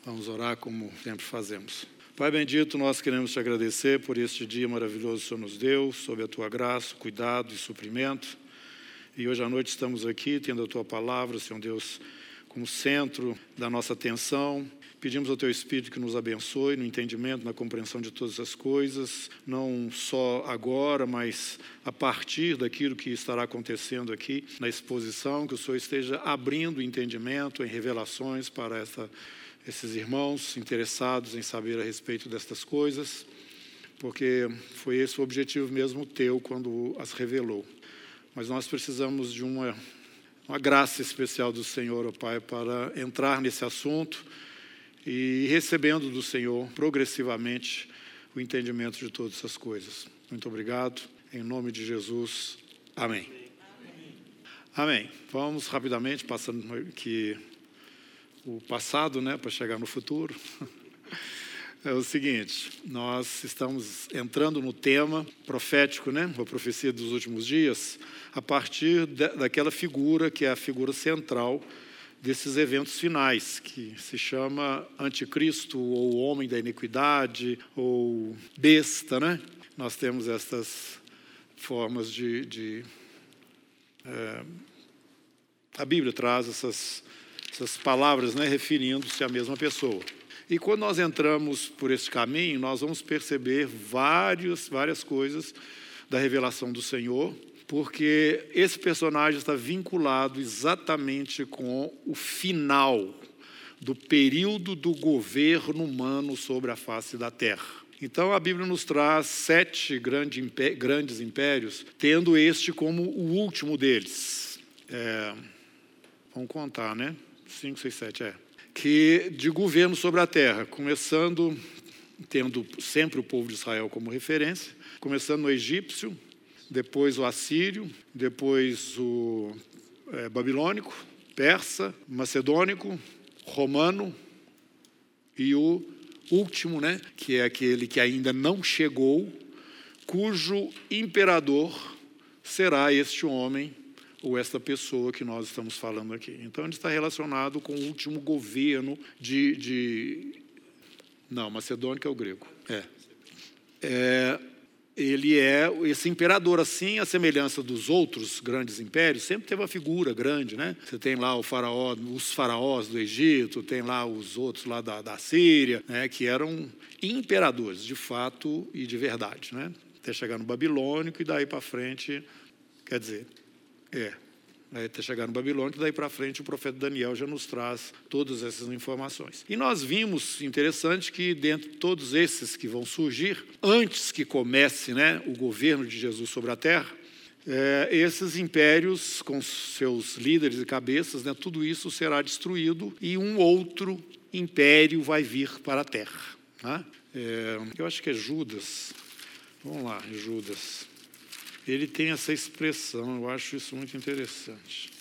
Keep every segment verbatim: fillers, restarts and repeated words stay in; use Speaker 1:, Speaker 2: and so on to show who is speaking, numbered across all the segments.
Speaker 1: Vamos orar como sempre fazemos. Pai bendito, nós queremos te agradecer por este dia maravilhoso que o Senhor nos deu, sob a tua graça, cuidado e suprimento. E hoje à noite estamos aqui, tendo a tua palavra, Senhor Deus, como centro da nossa atenção. Pedimos ao teu Espírito que nos abençoe no entendimento, na compreensão de todas as coisas, não só agora, mas a partir daquilo que estará acontecendo aqui na exposição, que o Senhor esteja abrindo entendimento em revelações para essa, esses irmãos interessados em saber a respeito destas coisas, porque foi esse o objetivo mesmo teu quando as revelou. Mas nós precisamos de uma, uma graça especial do Senhor, ó Pai, para entrar nesse assunto, e recebendo do Senhor progressivamente o entendimento de todas essas coisas. Muito obrigado. Em nome de Jesus. Amém. Amém. Amém. Vamos rapidamente, passando aqui o passado, né, para chegar no futuro. É o seguinte, nós estamos entrando no tema profético, né, a profecia dos últimos dias, a partir de, daquela figura que é a figura central desses eventos finais, que se chama Anticristo, ou Homem da Iniquidade, ou Besta, né? Nós temos estas formas de... de é, a Bíblia traz essas, essas palavras, né, referindo-se à mesma pessoa. E quando nós entramos por esse caminho, nós vamos perceber vários, várias coisas da revelação do Senhor, porque esse personagem está vinculado exatamente com o final do período do governo humano sobre a face da terra. Então, a Bíblia nos traz sete grandes impérios, tendo este como o último deles. É, vamos contar, né? Cinco, seis, sete, é. Que de governo sobre a terra, começando, tendo sempre o povo de Israel como referência, começando no egípcio, depois o assírio, depois o é, babilônico, persa, macedônico, romano e o último, né, que é aquele que ainda não chegou, cujo imperador será este homem ou esta pessoa que nós estamos falando aqui. Então, ele está relacionado com o último governo de... de... Não, macedônico é o grego. É. É... Ele é esse imperador, assim, a semelhança dos outros grandes impérios, sempre teve uma figura grande, né? Você tem lá o faraó, os faraós do Egito, tem lá os outros lá da, da Síria, né? Que eram imperadores, de fato e de verdade, né? Até chegar no babilônico e daí para frente, quer dizer, é... até chegar no babilônico, daí para frente o profeta Daniel já nos traz todas essas informações. E nós vimos, interessante, que dentre todos esses que vão surgir, antes que comece, né, o governo de Jesus sobre a terra, é, esses impérios com seus líderes e cabeças, né, tudo isso será destruído e um outro império vai vir para a terra. Né? É, eu acho que é Judas. Vamos lá, Judas. Ele tem essa expressão, eu acho isso muito interessante.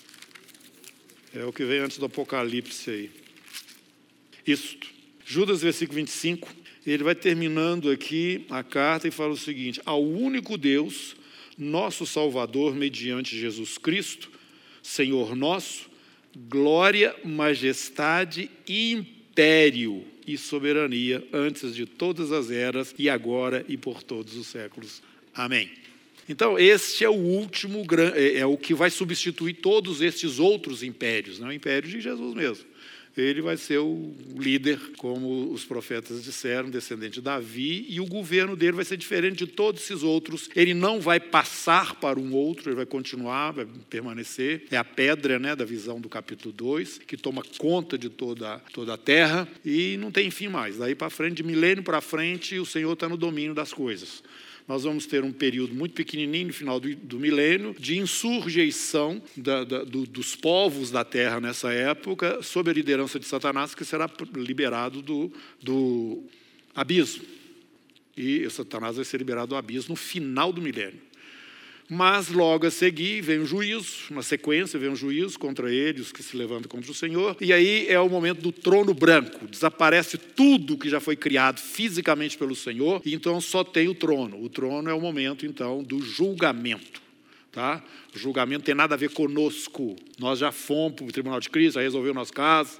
Speaker 1: É o que vem antes do Apocalipse aí. Isto. Judas, versículo vinte e cinco, ele vai terminando aqui a carta e fala o seguinte: ao único Deus, nosso Salvador, mediante Jesus Cristo, Senhor nosso, glória, majestade, império e soberania antes de todas as eras e agora e por todos os séculos. Amém. Então, este é o último, é o que vai substituir todos estes outros impérios, né? O império de Jesus mesmo. Ele vai ser o líder, como os profetas disseram, descendente de Davi, e o governo dele vai ser diferente de todos esses outros. Ele não vai passar para um outro, ele vai continuar, vai permanecer. É a pedra, né, da visão do capítulo dois, que toma conta de toda, toda a terra, e não tem fim mais. Daí para frente, de milênio para frente, o Senhor está no domínio das coisas. Nós vamos ter um período muito pequenininho no final do, do milênio de insurreição da, da, do, dos povos da terra nessa época, sob a liderança de Satanás, que será liberado do, do abismo. E Satanás vai ser liberado do abismo no final do milênio. Mas logo a seguir vem um juízo, uma sequência, vem um juízo contra eles, que se levantam contra o Senhor. E aí é o momento do trono branco. Desaparece tudo que já foi criado fisicamente pelo Senhor, e então só tem o trono. O trono é o momento, então, do julgamento. Tá? O julgamento não tem nada a ver conosco. Nós já fomos para o tribunal de Cristo, já resolveu o nosso caso.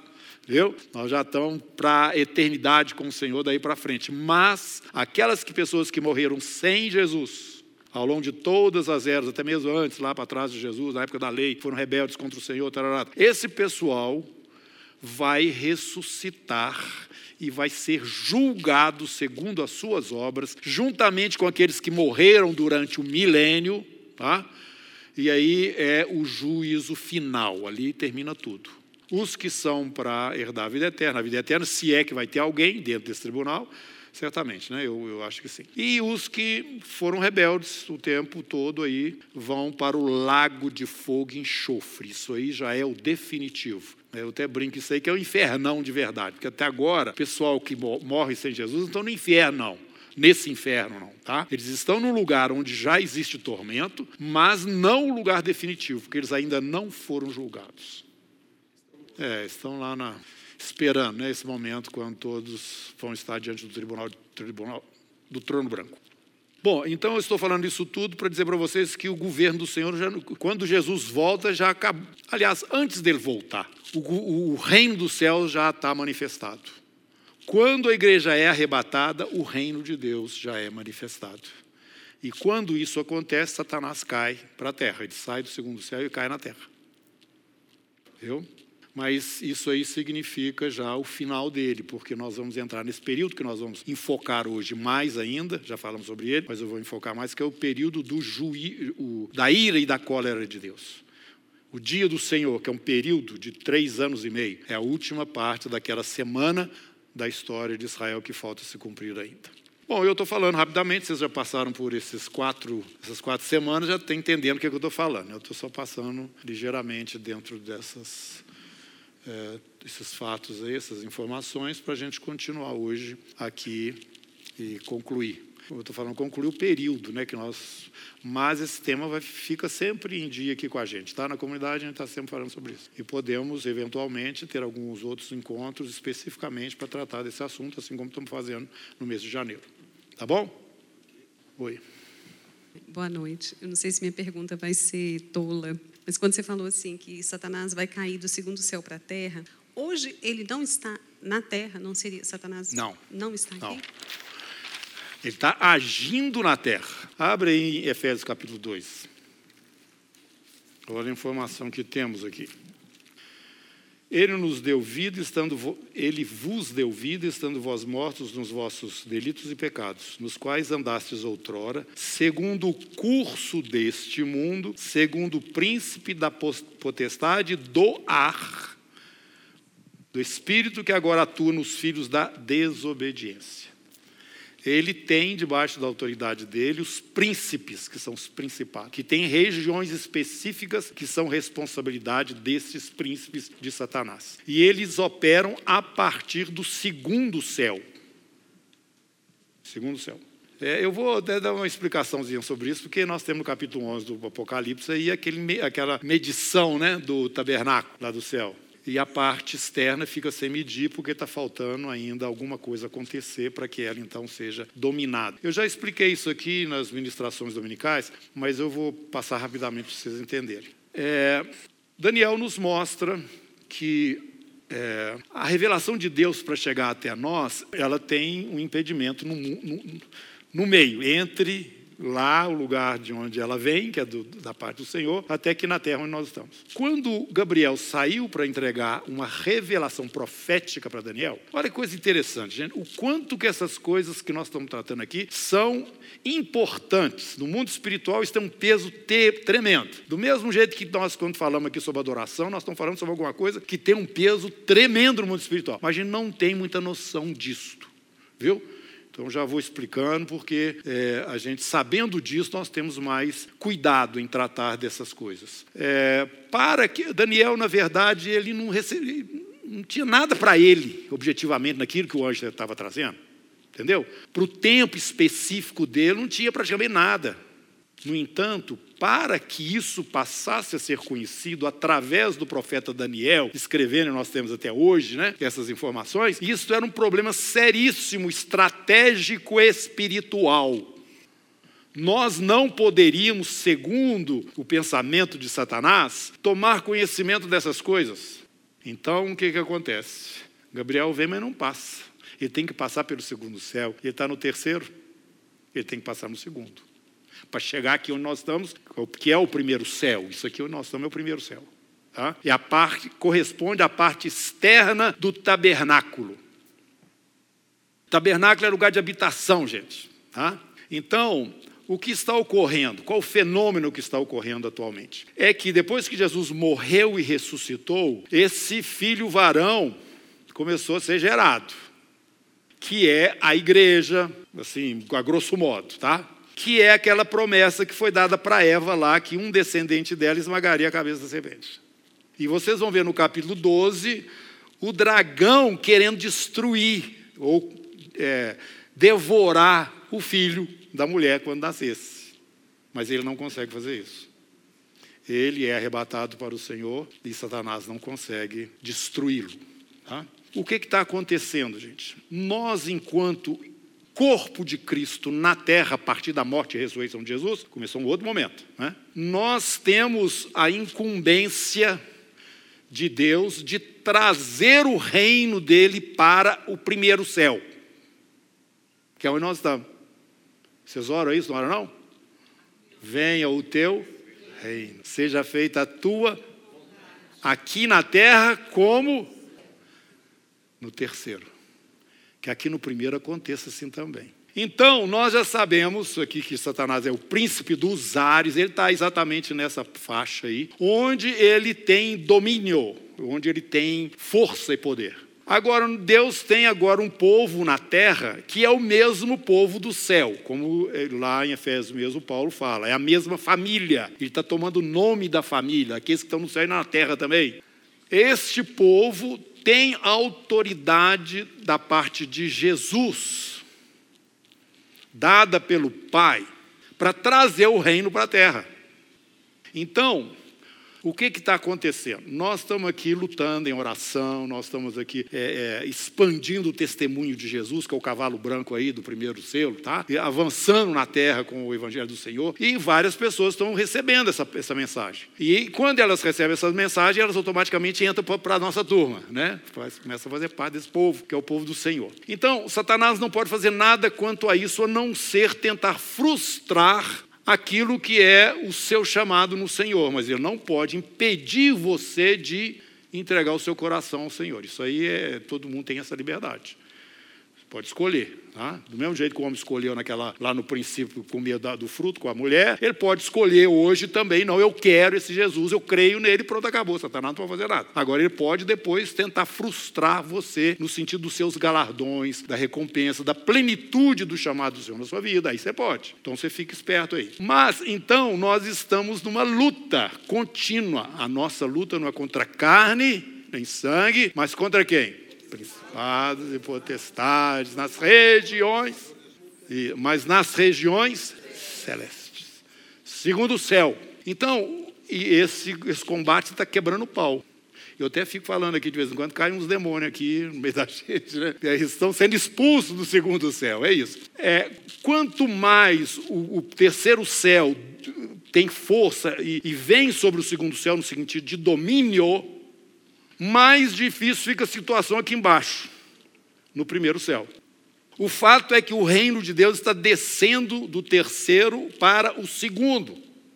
Speaker 1: Viu? Nós já estamos para a eternidade com o Senhor daí para frente. Mas aquelas que, pessoas que morreram sem Jesus, ao longo de todas as eras, até mesmo antes, lá para trás de Jesus, na época da lei, foram rebeldes contra o Senhor, tarará, esse pessoal vai ressuscitar e vai ser julgado segundo as suas obras, juntamente com aqueles que morreram durante o milênio, tá? E aí é o juízo final, ali termina tudo. Os que são para herdar a vida eterna, a vida eterna, se é que vai ter alguém dentro desse tribunal, certamente, né? Eu, eu acho que sim. E os que foram rebeldes o tempo todo aí vão para o lago de fogo e enxofre. Isso aí já é o definitivo. Eu até brinco isso aí que é o infernão de verdade, porque até agora o pessoal que morre sem Jesus não estão no inferno, não. Nesse inferno, não, tá? Eles estão num lugar onde já existe tormento, mas não o lugar definitivo, porque eles ainda não foram julgados. É, estão lá na, esperando, né, esse momento quando todos vão estar diante do tribunal, tribunal do trono branco. Bom, então eu estou falando isso tudo para dizer para vocês que o governo do Senhor, já, quando Jesus volta, já acabou. Aliás, antes dele voltar, o, o, o reino dos céus já está manifestado. Quando a igreja é arrebatada, o reino de Deus já é manifestado. E quando isso acontece, Satanás cai para a terra. Ele sai do segundo céu e cai na terra. Viu? Mas isso aí significa já o final dele, porque nós vamos entrar nesse período que nós vamos enfocar hoje mais ainda, já falamos sobre ele, mas eu vou enfocar mais, que é o período do juí, o, da ira e da cólera de Deus. O dia do Senhor, que é um período de três anos e meio, é a última parte daquela semana da história de Israel que falta se cumprir ainda. Bom, eu estou falando rapidamente, vocês já passaram por esses quatro, essas quatro semanas, já estão entendendo o que, é que eu estou falando. Eu estou só passando ligeiramente dentro dessas... É, esses fatos aí, essas informações, para a gente continuar hoje aqui e concluir. Eu estou falando concluir o período, né, que nós, mas esse tema vai, fica sempre em dia aqui com a gente, tá? Na comunidade a gente está sempre falando sobre isso. E podemos, eventualmente, ter alguns outros encontros especificamente para tratar desse assunto, assim como estamos fazendo no mês de janeiro. Tá bom? Oi.
Speaker 2: Boa noite. Eu não sei se minha pergunta vai ser tola, mas quando você falou assim que Satanás vai cair do segundo céu para a terra, hoje ele não está na terra, não seria Satanás?
Speaker 1: Não.
Speaker 2: Não está aqui?
Speaker 1: Não. Ele está agindo na terra. Abre aí em Efésios capítulo dois. Olha a informação que temos aqui. Ele nos deu vida, estando ele vos deu vida, estando vós mortos nos vossos delitos e pecados, nos quais andastes outrora, segundo o curso deste mundo, segundo o príncipe da potestade do ar, do espírito que agora atua nos filhos da desobediência. Ele tem debaixo da autoridade dele os príncipes, que são os principados, que têm regiões específicas que são responsabilidade desses príncipes de Satanás. E eles operam a partir do segundo céu. Segundo céu. É, eu vou até dar uma explicaçãozinha sobre isso, porque nós temos no capítulo onze do Apocalipse aí aquele, aquela medição, né, do tabernáculo lá do céu. E a parte externa fica sem medir, porque está faltando ainda alguma coisa acontecer para que ela, então, seja dominada. Eu já expliquei isso aqui nas ministrações dominicais, mas eu vou passar rapidamente para vocês entenderem. É, Daniel nos mostra que é, a revelação de Deus para chegar até nós, ela tem um impedimento no, no, no meio, entre... lá o lugar de onde ela vem, que é do, da parte do Senhor, até que na terra onde nós estamos. Quando Gabriel saiu para entregar uma revelação profética para Daniel, olha que coisa interessante, gente, o quanto que essas coisas que nós estamos tratando aqui são importantes. No mundo espiritual isso tem um peso te, tremendo. Do mesmo jeito que nós, quando falamos aqui sobre adoração, nós estamos falando sobre alguma coisa que tem um peso tremendo no mundo espiritual. Mas a gente não tem muita noção disto, viu? Então, já vou explicando, porque é, a gente, sabendo disso, nós temos mais cuidado em tratar dessas coisas. É, para que Daniel, na verdade, ele não, recebe, não tinha nada para ele, objetivamente, naquilo que o anjo estava trazendo. Entendeu? Para o tempo específico dele, não tinha praticamente nada. No entanto, para que isso passasse a ser conhecido através do profeta Daniel, escrevendo, nós temos até hoje, né, essas informações, isso era um problema seríssimo, estratégico espiritual. Nós não poderíamos, segundo o pensamento de Satanás, tomar conhecimento dessas coisas. Então, o que, que acontece? Gabriel vem, mas não passa. Ele tem que passar pelo segundo céu. Ele está no terceiro, ele tem que passar no segundo. Para chegar aqui onde nós estamos, que é o primeiro céu. Isso aqui onde nós estamos é o primeiro céu. Tá? E a parte corresponde à parte externa do tabernáculo. Tabernáculo é lugar de habitação, gente. Tá? Então, o que está ocorrendo? Qual o fenômeno que está ocorrendo atualmente? É que depois que Jesus morreu e ressuscitou, esse filho varão começou a ser gerado, que é a igreja, assim, a grosso modo, tá? Que é aquela promessa que foi dada para Eva lá, que um descendente dela esmagaria a cabeça da serpente. E vocês vão ver no capítulo doze, o dragão querendo destruir, ou é, devorar o filho da mulher quando nascesse. Mas ele não consegue fazer isso. Ele é arrebatado para o Senhor e Satanás não consegue destruí-lo. Tá? O que está acontecendo, gente? Nós, enquanto corpo de Cristo na terra, a partir da morte e ressurreição de Jesus, começou um outro momento, né? Nós temos a incumbência de Deus de trazer o reino dele para o primeiro céu, que é onde nós estamos. Vocês oram isso, não oram não? Venha o teu reino, seja feita a tua, aqui na terra como no terceiro. Que aqui no primeiro aconteça assim também. Então, nós já sabemos aqui que Satanás é o príncipe dos ares, ele está exatamente nessa faixa aí, onde ele tem domínio, onde ele tem força e poder. Agora, Deus tem agora um povo na terra que é o mesmo povo do céu, como lá em Efésios mesmo Paulo fala, é a mesma família, ele está tomando o nome da família, aqueles que estão no céu e na terra também. Este povo tem autoridade da parte de Jesus, dada pelo Pai, para trazer o reino para a terra. Então, o que está acontecendo? Nós estamos aqui lutando em oração, nós estamos aqui é, é, expandindo o testemunho de Jesus, que é o cavalo branco aí do primeiro selo, tá? E avançando na terra com o Evangelho do Senhor, e várias pessoas estão recebendo essa, essa mensagem. E quando elas recebem essa mensagem, elas automaticamente entram para a nossa turma, né? Começam a fazer parte desse povo, que é o povo do Senhor. Então, Satanás não pode fazer nada quanto a isso, a não ser tentar frustrar aquilo que é o seu chamado no Senhor, mas ele não pode impedir você de entregar o seu coração ao Senhor. Isso aí, é, todo mundo tem essa liberdade. Pode escolher. Tá? Do mesmo jeito que o homem escolheu naquela, lá no princípio comer do fruto com a mulher, ele pode escolher hoje também, não, eu quero esse Jesus, eu creio nele, pronto, acabou, Satanás não pode fazer nada. Agora ele pode depois tentar frustrar você no sentido dos seus galardões, da recompensa, da plenitude do chamado do Senhor na sua vida, aí você pode. Então você fica esperto aí. Mas, então, nós estamos numa luta contínua. A nossa luta não é contra carne, nem sangue, mas contra quem? Principados e potestades, nas regiões, e, mas nas regiões celestes, segundo o céu. Então, e esse, esse combate está quebrando o pau. Eu até fico falando aqui de vez em quando, caem uns demônios aqui no meio da gente, né? E eles estão sendo expulsos do segundo céu, é isso. É, quanto mais o, o terceiro céu tem força e, e vem sobre o segundo céu no sentido de domínio, mais difícil fica a situação aqui embaixo, no primeiro céu. O fato é que o reino de Deus está descendo do terceiro para o segundo.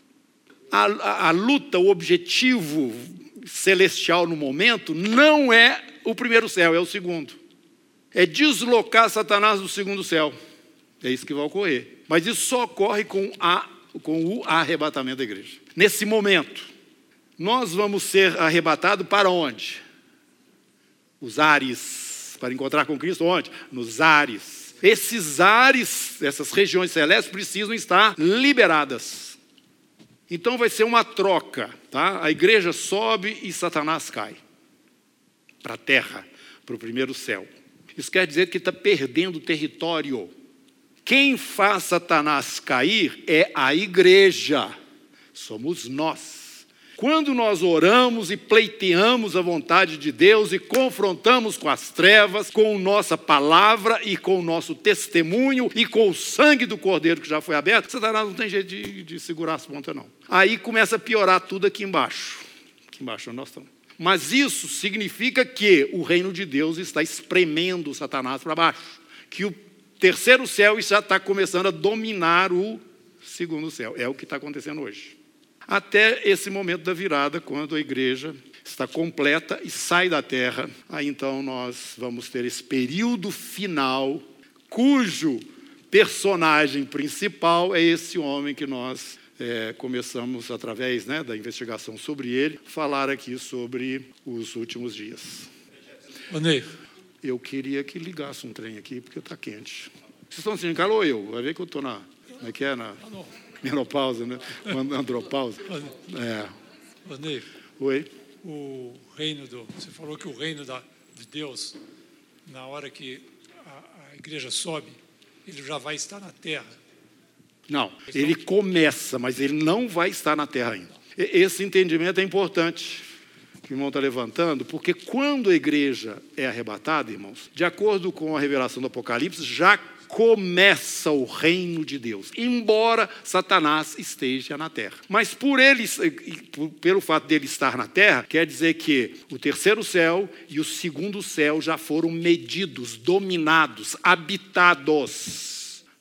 Speaker 1: A, a, a luta, o objetivo celestial no momento, não é o primeiro céu, é o segundo. É deslocar Satanás do segundo céu. É isso que vai ocorrer. Mas isso só ocorre com, a, com o arrebatamento da igreja. Nesse momento, nós vamos ser arrebatados para onde? Os ares. Para encontrar com Cristo onde? Nos ares. Esses ares, essas regiões celestes precisam estar liberadas. Então vai ser uma troca, tá? A igreja sobe e Satanás cai para a terra, para o primeiro céu. Isso quer dizer que ele está perdendo território. Quem faz Satanás cair é a igreja. Somos nós. Quando nós oramos e pleiteamos a vontade de Deus e confrontamos com as trevas, com nossa palavra e com o nosso testemunho e com o sangue do Cordeiro que já foi aberto, Satanás não tem jeito de, de segurar as pontas, não. Aí começa a piorar tudo aqui embaixo. Aqui embaixo onde nós estamos. Mas isso significa que o reino de Deus está espremendo Satanás para baixo. Que o terceiro céu já está começando a dominar o segundo céu. É o que está acontecendo hoje. Até esse momento da virada, quando a igreja está completa e sai da terra. Aí então nós vamos ter esse período final, cujo personagem principal é esse homem que nós é, começamos, através né, da investigação sobre ele, falar aqui sobre os últimos dias.
Speaker 3: Ô, Ney.
Speaker 1: Eu queria que ligasse um trem aqui, porque está quente. Vocês estão sentindo calor ou eu? Vai ver que eu estou na... Como é que é? Na menopausa, né? Andropausa. É.
Speaker 3: Ô, Ney.
Speaker 1: Oi.
Speaker 3: O reino do... Você falou que o reino da, de Deus, na hora que a, a igreja sobe, ele já vai estar na terra.
Speaker 1: Não, ele começa, mas ele não vai estar na terra ainda. Esse entendimento é importante, que o irmão está levantando, porque quando a igreja é arrebatada, irmãos, de acordo com a revelação do Apocalipse, já começa o reino de Deus, embora Satanás esteja na terra. Mas por ele, pelo fato dele estar na terra, quer dizer que o terceiro céu e o segundo céu já foram medidos, dominados, habitados.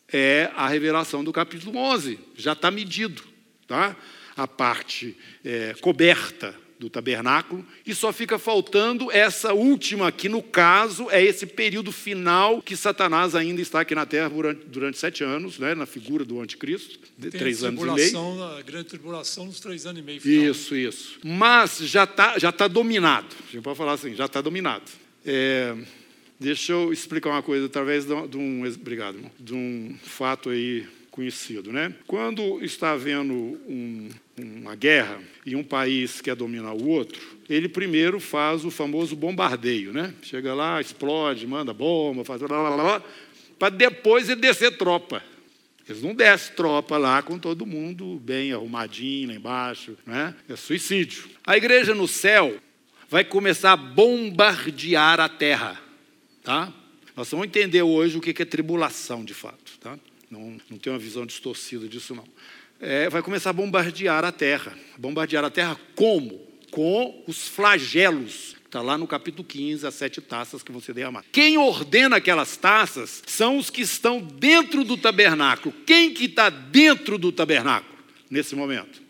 Speaker 1: É a revelação do capítulo onze, já está medido, tá? A parte é, coberta do tabernáculo, e só fica faltando essa última, que no caso é esse período final que Satanás ainda está aqui na terra durante, durante sete anos, né, na figura do anticristo, de
Speaker 3: Tem
Speaker 1: três
Speaker 3: a
Speaker 1: anos e meio.
Speaker 3: A grande tribulação nos três anos e meio final.
Speaker 1: Isso, isso. Mas já está já tá dominado, a gente pode falar assim, já está dominado. É, deixa eu explicar uma coisa através de um, obrigado, irmão, de um fato aí conhecido, né? Quando está havendo um, uma guerra e um país quer dominar o outro, ele primeiro faz o famoso bombardeio, né? Chega lá, explode, manda bomba, faz blá, blá, blá, para depois ele descer tropa. Eles não descem tropa lá com todo mundo bem arrumadinho lá embaixo, né? É suicídio. A igreja no céu vai começar a bombardear a terra, tá? Nós vamos entender hoje o que é tribulação de fato, tá? Não, não tem uma visão distorcida disso, não. É, vai começar a bombardear a terra. Bombardear a terra como? Com os flagelos. Está lá no capítulo quinze, as sete taças que vão ser derramadas. Quem ordena aquelas taças são os que estão dentro do tabernáculo. Quem que está dentro do tabernáculo nesse momento?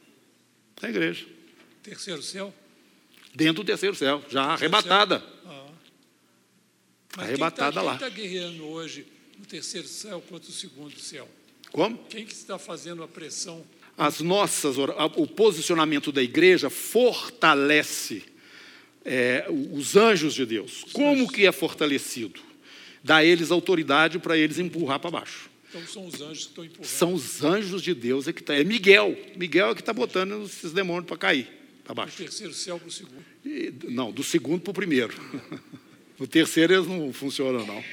Speaker 1: A igreja.
Speaker 3: Terceiro céu?
Speaker 1: Dentro do terceiro céu, já arrebatada.
Speaker 3: Ah. Mas
Speaker 1: arrebatada
Speaker 3: quem
Speaker 1: lá.
Speaker 3: Quem está guerreando hoje no terceiro céu contra o segundo céu?
Speaker 1: Como?
Speaker 3: Quem que está fazendo a pressão?
Speaker 1: As nossas, o posicionamento da igreja fortalece é, os anjos de Deus. Os Como anjos. Que é fortalecido? Dá a eles autoridade para eles empurrar para baixo.
Speaker 3: Então são os anjos que estão empurrando.
Speaker 1: São os anjos de Deus é que tá, é Miguel. Miguel é que está botando esses demônios para cair para baixo.
Speaker 3: Do terceiro céu para o segundo?
Speaker 1: E, não, do segundo para o primeiro. No terceiro eles não funcionam, não.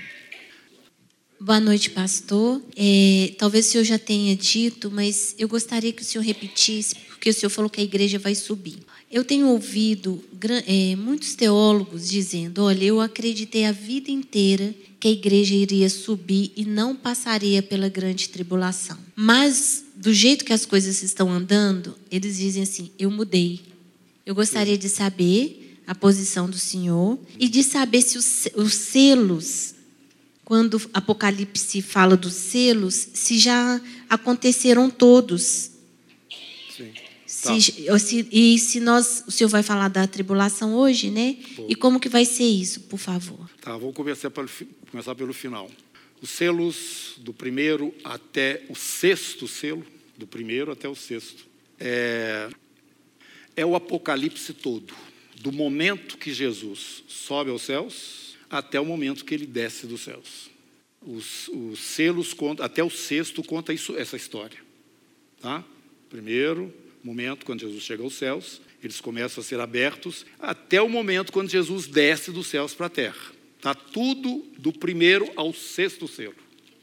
Speaker 4: Boa noite, pastor. É, talvez o senhor já tenha dito, mas eu gostaria que o senhor repetisse, porque o senhor falou que a igreja vai subir. Eu tenho ouvido é, muitos teólogos dizendo, olha, eu acreditei a vida inteira que a igreja iria subir e não passaria pela grande tribulação. Mas, do jeito que as coisas estão andando, eles dizem assim, eu mudei. Eu gostaria de saber a posição do senhor e de saber se os, os selos... Quando Apocalipse fala dos selos, se já aconteceram todos.
Speaker 1: Sim.
Speaker 4: Se, tá. se, e se nós, o senhor vai falar da tribulação hoje, né? Bom. E como que vai ser isso, por favor?
Speaker 1: Tá, vou começar pelo, começar pelo final. Os selos do primeiro até o sexto selo, do primeiro até o sexto, é, é o Apocalipse todo, do momento que Jesus sobe aos céus até o momento que ele desce dos céus. Os, os selos, conta, até o sexto, conta isso, essa história. Tá? Primeiro momento, quando Jesus chega aos céus, eles começam a ser abertos, até o momento quando Jesus desce dos céus para a terra. Está tudo do primeiro ao sexto selo.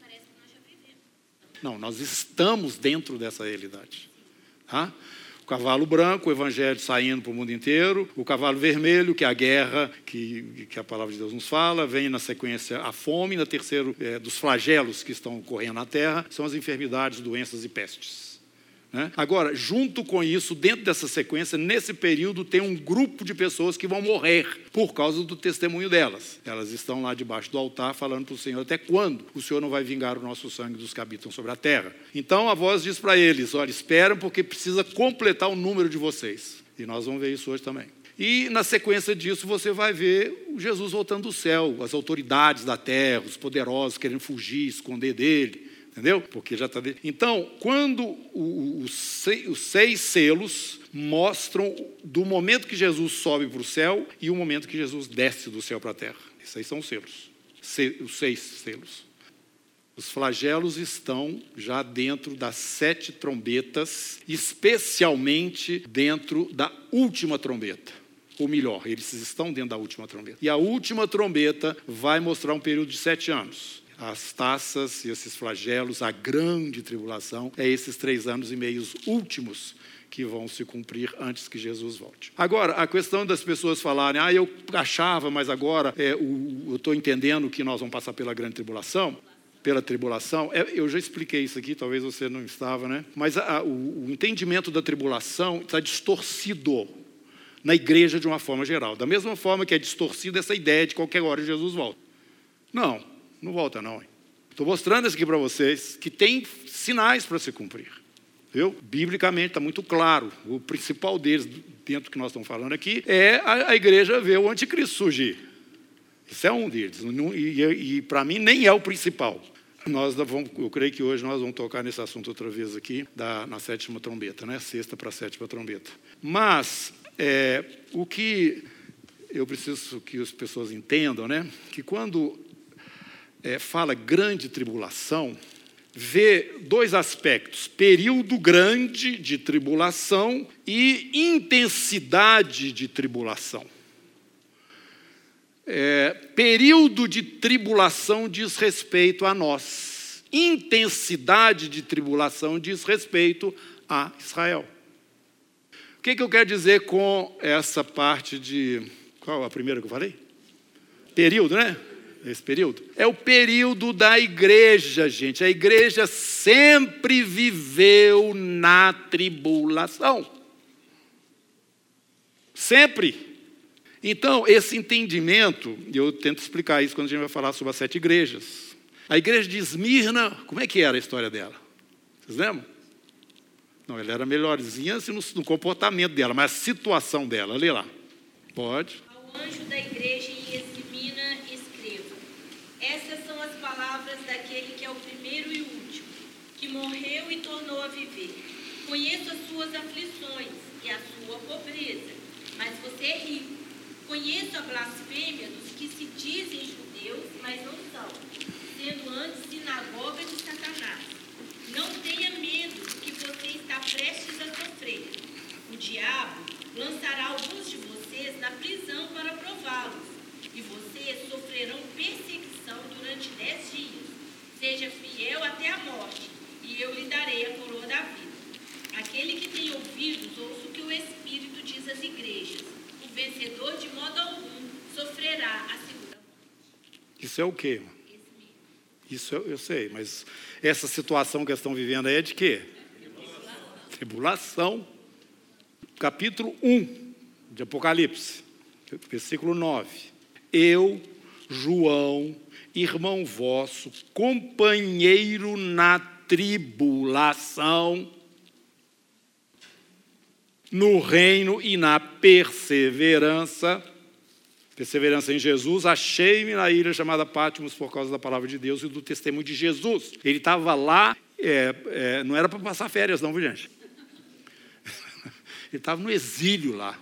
Speaker 1: Não, nós estamos dentro dessa realidade. Tá? O cavalo branco, o evangelho saindo para o mundo inteiro. O cavalo vermelho, que é a guerra que, que a palavra de Deus nos fala. Vem na sequência a fome. Na terceiro, é, dos flagelos que estão ocorrendo na terra, são as enfermidades, doenças e pestes. né? Agora, junto com isso, dentro dessa sequência, nesse período, tem um grupo de pessoas que vão morrer por causa do testemunho delas. Elas estão lá debaixo do altar falando para o Senhor: até quando o Senhor não vai vingar o nosso sangue dos que habitam sobre a terra? Então a voz diz para eles: olha, esperam, porque precisa completar o número de vocês. E nós vamos ver isso hoje também. E na sequência disso você vai ver Jesus voltando do céu, as autoridades da terra, os poderosos querendo fugir, esconder dele, entendeu? Porque já está. Então, quando os seis, os seis selos mostram do momento que Jesus sobe para o céu e o momento que Jesus desce do céu para a terra. Esses aí são os selos, os seis selos. Os flagelos estão já dentro das sete trombetas, especialmente dentro da última trombeta. Ou melhor, eles estão dentro da última trombeta. E a última trombeta vai mostrar um período de sete anos. As taças e esses flagelos, a grande tribulação, é esses três anos e meios últimos que vão se cumprir antes que Jesus volte. Agora, a questão das pessoas falarem: ah, eu achava, mas agora é, o, eu estou entendendo que nós vamos passar pela grande tribulação. Pela tribulação, é, eu já expliquei isso aqui, talvez você não estava, né? Mas a, o, o entendimento da tribulação está distorcido na igreja de uma forma geral. Da mesma forma que é distorcida essa ideia de qualquer hora Jesus volta. Não, não volta não. Estou mostrando isso aqui para vocês, que tem sinais para se cumprir. Viu? Biblicamente está muito claro. O principal deles, dentro do que nós estamos falando aqui, é a, a igreja ver o anticristo surgir. Isso é um deles. E, e, e para mim nem é o principal. Nós vamos, eu creio que hoje nós vamos tocar nesse assunto outra vez aqui, da, na sétima trombeta, né? Sexta para a sétima trombeta. Mas é, o que eu preciso que as pessoas entendam, né? Que quando é, fala grande tribulação, vê dois aspectos: período grande de tribulação e intensidade de tribulação. É, período de tribulação diz respeito a nós. Intensidade de tribulação diz respeito a Israel. O que, que eu quero dizer com essa parte de... Qual a primeira que eu falei? Período, né? Esse período. É o período da igreja, gente. A igreja sempre viveu na tribulação. Sempre. Então, esse entendimento, e eu tento explicar isso quando a gente vai falar sobre as sete igrejas. A igreja de Esmirna, como é que era a história dela? Vocês lembram? Não, ela era melhorzinha assim, no, no comportamento dela, mas a situação dela, lê lá. Pode.
Speaker 5: Ao anjo da igreja em Esmirna escreva: essas são as palavras daquele que é o primeiro e o último, que morreu e tornou a viver. Conheço as suas aflições e a sua pobreza, mas você é rico. Conheço a blasfêmia dos que se dizem judeus, mas não são, sendo antes sinagoga de Satanás. Não tenha medo do que você está prestes a sofrer. O diabo lançará alguns de vocês na prisão para prová-los, e vocês sofrerão perseguição durante dez dias. Seja fiel até a morte, e eu lhe darei a coroa da vida. Aquele que tem ouvidos, ouça o que o Espírito diz às igrejas. O vencedor, de modo algum, sofrerá a segunda morte.
Speaker 1: Isso é o quê? Isso eu, eu sei, mas essa situação que eles estão vivendo aí é de quê? Tribulação. Tribulação. Capítulo um de Apocalipse, versículo nove. Eu, João, irmão vosso, companheiro na tribulação, no reino e na perseverança, perseverança em Jesus, achei-me na ilha chamada Patmos por causa da palavra de Deus e do testemunho de Jesus. Ele estava lá, é, é, não era para passar férias não, viu, gente? Ele estava no exílio lá.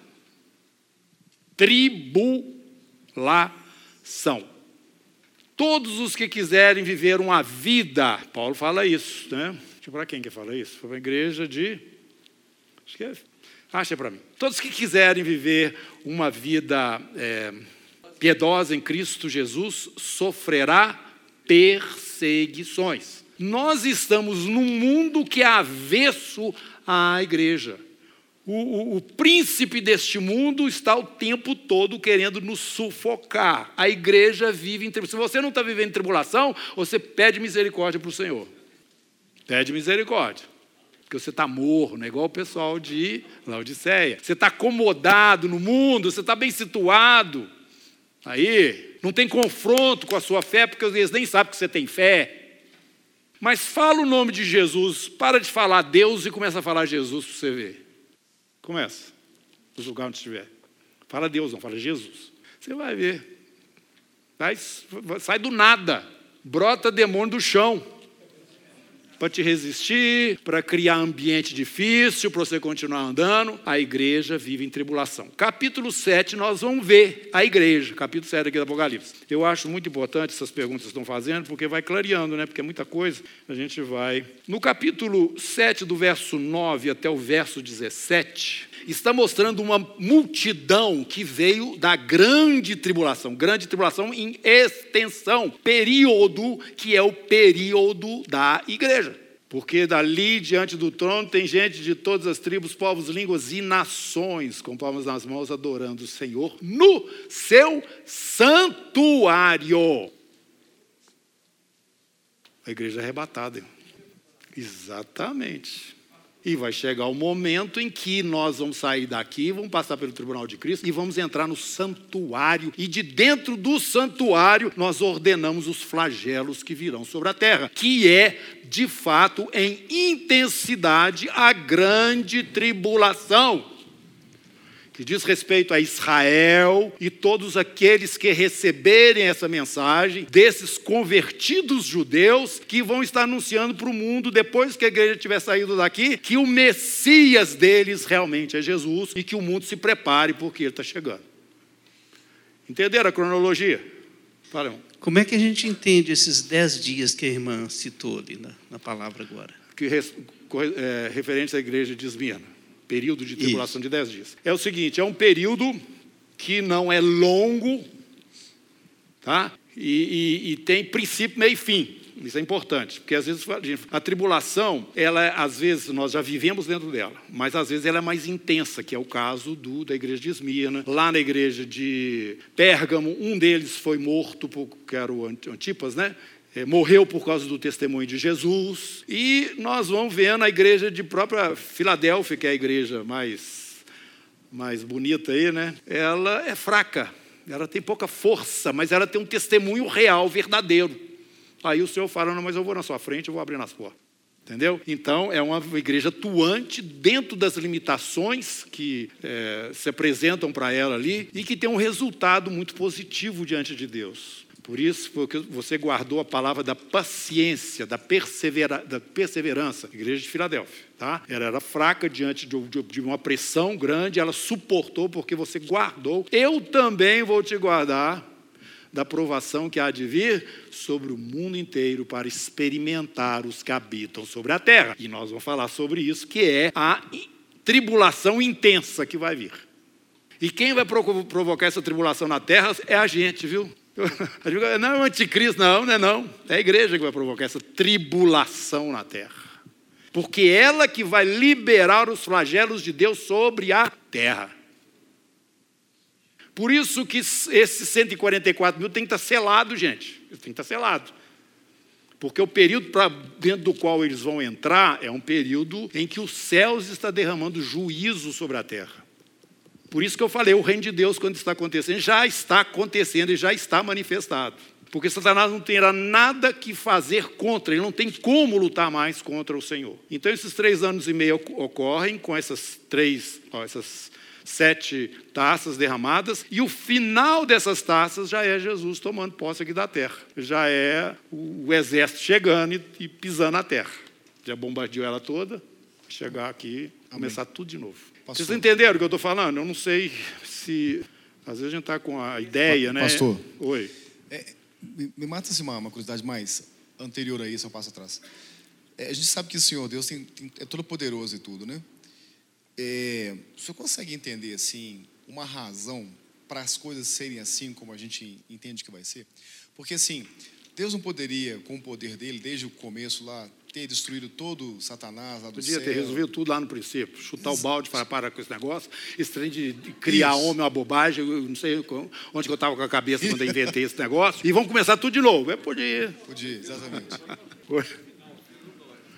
Speaker 1: Tribulação. Todos os que quiserem viver uma vida, Paulo fala isso, né? Deixa eu para quem que fala isso? Foi para a igreja de... Acho que é... Acha para mim. Todos que quiserem viver uma vida é, piedosa em Cristo Jesus, sofrerá perseguições. Nós estamos num mundo que é avesso à igreja. O, o, o príncipe deste mundo está o tempo todo querendo nos sufocar. A igreja vive em tribulação. Se você não está vivendo em tribulação, você pede misericórdia para o Senhor. Pede misericórdia. Porque você está morno, é igual o pessoal de Laodiceia. Você está acomodado no mundo, você está bem situado. Aí, não tem confronto com a sua fé, porque eles nem sabem que você tem fé. Mas fala o nome de Jesus, para de falar Deus e começa a falar Jesus para você ver. Começa, no lugar onde estiver. Fala Deus, não fala Jesus. Você vai ver. Vai, sai do nada. Brota demônio do chão. Para te resistir, para criar ambiente difícil, para você continuar andando. A igreja vive em tribulação. Capítulo sete, nós vamos ver a igreja. Capítulo sete aqui do Apocalipse. Eu acho muito importante essas perguntas que estão fazendo, porque vai clareando, né? Porque é muita coisa. A gente vai... No capítulo sete, do verso nove até o verso dezessete, está mostrando uma multidão que veio da grande tribulação. Grande tribulação em extensão. Período, que é o período da igreja. Porque dali, diante do trono, tem gente de todas as tribos, povos, línguas e nações, com palmas nas mãos, adorando o Senhor no seu santuário. A igreja é arrebatada. Exatamente. E vai chegar o momento em que nós vamos sair daqui, vamos passar pelo tribunal de Cristo e vamos entrar no santuário. E de dentro do santuário, nós ordenamos os flagelos que virão sobre a terra, que é, de fato, em intensidade, a grande tribulação, que diz respeito a Israel e todos aqueles que receberem essa mensagem, desses convertidos judeus que vão estar anunciando para o mundo, depois que a igreja tiver saído daqui, que o Messias deles realmente é Jesus e que o mundo se prepare porque ele está chegando. Entenderam a cronologia? Fala, irmão.
Speaker 6: Como é que a gente entende esses dez dias que a irmã citou ali na, na palavra agora?
Speaker 1: Que é, referente à igreja de Esmirna. Período de tribulação. Isso. De dez dias. É o seguinte, é um período que não é longo, tá? E, e, e tem princípio, meio e fim. Isso é importante, porque às vezes a tribulação, ela, às vezes, nós já vivemos dentro dela, mas às vezes ela é mais intensa, que é o caso do, da igreja de Esmirna. Lá na igreja de Pérgamo, um deles foi morto, por, que era o Antipas, né? Morreu por causa do testemunho de Jesus. E nós vamos vendo a igreja de própria Filadélfia, que é a igreja mais, mais bonita aí, né? Ela é fraca, ela tem pouca força, mas ela tem um testemunho real, verdadeiro. Aí o Senhor fala, não, mas eu vou na sua frente, eu vou abrir nas portas. Entendeu? Então, é uma igreja atuante dentro das limitações que é, se apresentam para ela ali e que tem um resultado muito positivo diante de Deus. Por isso, porque você guardou a palavra da paciência, da, persevera, da perseverança, igreja de Filadélfia. Tá? Ela era fraca diante de, de, de uma pressão grande, ela suportou porque você guardou. Eu também vou te guardar da provação que há de vir sobre o mundo inteiro para experimentar os que habitam sobre a terra. E nós vamos falar sobre isso, que é a tribulação intensa que vai vir. E quem vai provocar essa tribulação na terra é a gente, viu? Não é o anticristo, não, não é não. É a igreja que vai provocar essa tribulação na terra. Porque ela que vai liberar os flagelos de Deus sobre a terra. Por isso que esses cento e quarenta e quatro mil tem que estar selado, gente. Tem que estar selado. Porque o período pra, dentro do qual eles vão entrar é um período em que os céus estão derramando juízo sobre a terra. Por isso que eu falei, o reino de Deus, quando está acontecendo, já está acontecendo e já está manifestado. Porque Satanás não terá nada que fazer contra, ele não tem como lutar mais contra o Senhor. Então, esses três anos e meio ocorrem com essas três, ó, essas sete taças derramadas, e o final dessas taças já é Jesus tomando posse aqui da terra. Já é o, o exército chegando e, e pisando na terra. Já bombardeou ela toda, chegar aqui e começar tudo de novo. Pastor. Vocês entenderam o que eu estou falando? Eu não sei se... Às vezes a gente está com a ideia, né?
Speaker 7: Pastor.
Speaker 1: Oi.
Speaker 7: É, me, me mata assim, uma, uma curiosidade mais anterior a isso, eu passo atrás. É, a gente sabe que o Senhor Deus tem, tem, é todo poderoso e tudo, né? É, o senhor consegue entender, assim, uma razão para as coisas serem assim como a gente entende que vai ser? Porque, assim, Deus não poderia, com o poder dele, desde o começo lá, ter destruído todo Satanás lá do
Speaker 1: Podia
Speaker 7: céu.
Speaker 1: ter resolvido tudo lá no princípio. Chutar Ex- o balde, falar, para com esse negócio. Esse trem de criar Isso. homem é uma bobagem. Eu não sei onde que eu estava com a cabeça quando eu inventei esse negócio. E vamos começar tudo de novo. Eu podia.
Speaker 7: Podia, exatamente.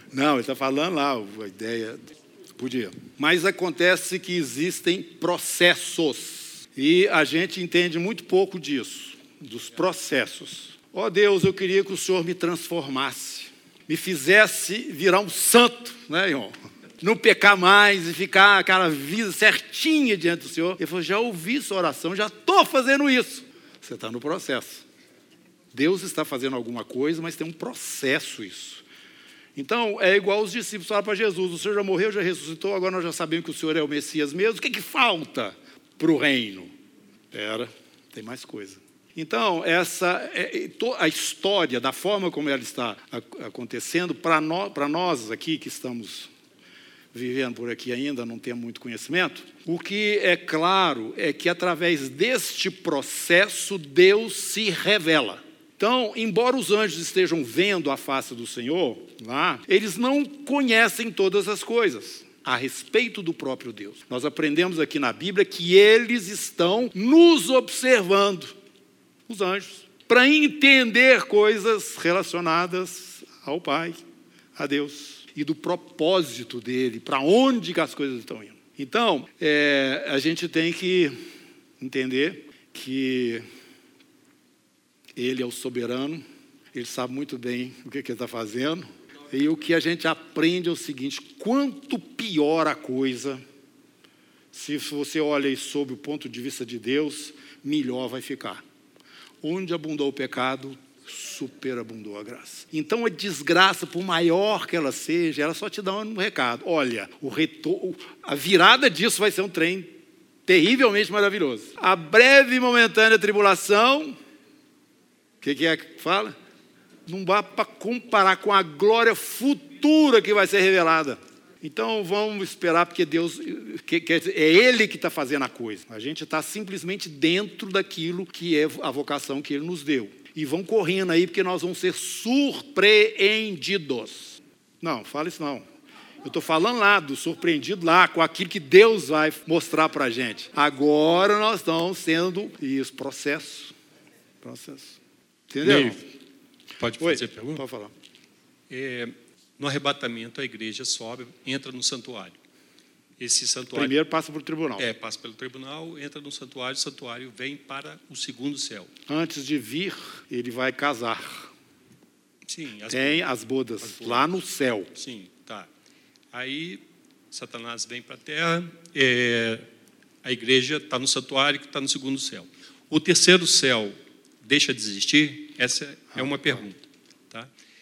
Speaker 1: Não, ele está falando lá, a ideia... Podia. Mas acontece que existem processos. E a gente entende muito pouco disso, dos processos. Ó oh, Deus, eu queria que o Senhor me transformasse, me fizesse virar um santo, né, irmão? Não pecar mais e ficar aquela vida certinha diante do Senhor. Ele falou, já ouvi sua oração, já estou fazendo isso. Você está no processo. Deus está fazendo alguma coisa, mas tem um processo isso. Então, é igual os discípulos falaram para Jesus, o Senhor já morreu, já ressuscitou, agora nós já sabemos que o Senhor é o Messias mesmo, o que, que falta para o reino? Espera, tem mais coisa. Então, essa é, a história, da forma como ela está acontecendo, para nós, para nós aqui que estamos vivendo por aqui ainda, não temos muito conhecimento, o que é claro é que através deste processo Deus se revela. Então, embora os anjos estejam vendo a face do Senhor, lá, eles não conhecem todas as coisas a respeito do próprio Deus. Nós aprendemos aqui na Bíblia que eles estão nos observando, os anjos, para entender coisas relacionadas ao Pai, a Deus, e do propósito dele, para onde que as coisas estão indo. Então, é, a gente tem que entender que Ele é o soberano, Ele sabe muito bem o que, que Ele está fazendo. E o que a gente aprende é o seguinte, quanto pior a coisa, se você olha sob o ponto de vista de Deus, melhor vai ficar. Onde abundou o pecado, superabundou a graça. Então a desgraça, por maior que ela seja, ela só te dá um recado. Olha, o retorno, a virada disso vai ser um trem terrivelmente maravilhoso. A breve e momentânea tribulação... O que, que é que fala? Não dá para comparar com a glória futura que vai ser revelada. Então vamos esperar, porque Deus, que, que é Ele que está fazendo a coisa. A gente está simplesmente dentro daquilo que é a vocação que Ele nos deu. E vão correndo aí, porque nós vamos ser surpreendidos. Não, fala isso não. Eu estou falando lá, do surpreendido lá, com aquilo que Deus vai mostrar para a gente. Agora nós estamos sendo, isso, processo. Processo. Entendeu?
Speaker 8: Ney, pode fazer a pergunta?
Speaker 1: Pode falar.
Speaker 8: É, no arrebatamento, a igreja sobe, entra no santuário. Esse santuário...
Speaker 1: Primeiro passa para o tribunal.
Speaker 8: É, passa pelo tribunal, entra no santuário, o santuário vem para o segundo céu.
Speaker 1: Antes de vir, ele vai casar.
Speaker 8: Sim. As
Speaker 1: Tem bodas, as bodas, as bodas lá no céu.
Speaker 8: Sim, tá. Aí, Satanás vem para a terra, é, a igreja está no santuário, que está no segundo céu. O terceiro céu deixa de existir? Essa é uma pergunta. Tá?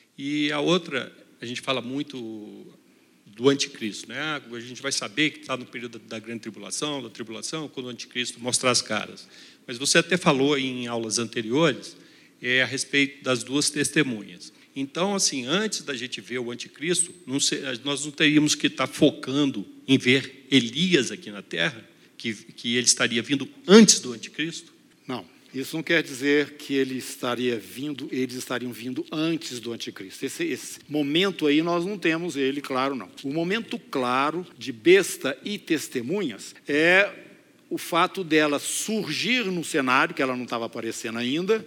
Speaker 8: E a outra, a gente fala muito do anticristo. Né? A gente vai saber que está no período da grande tribulação, da tribulação, quando o anticristo mostrar as caras. Mas você até falou em aulas anteriores é, a respeito das duas testemunhas. Então, assim, antes da gente ver o anticristo, não sei, nós não teríamos que estar focando em ver Elias aqui na Terra, que, que ele estaria vindo antes do anticristo?
Speaker 1: Não. Isso não quer dizer que ele estaria vindo, eles estariam vindo antes do anticristo. Esse, esse momento aí nós não temos ele, claro, não. O momento claro de besta e testemunhas é o fato dela surgir no cenário, que ela não estava aparecendo ainda,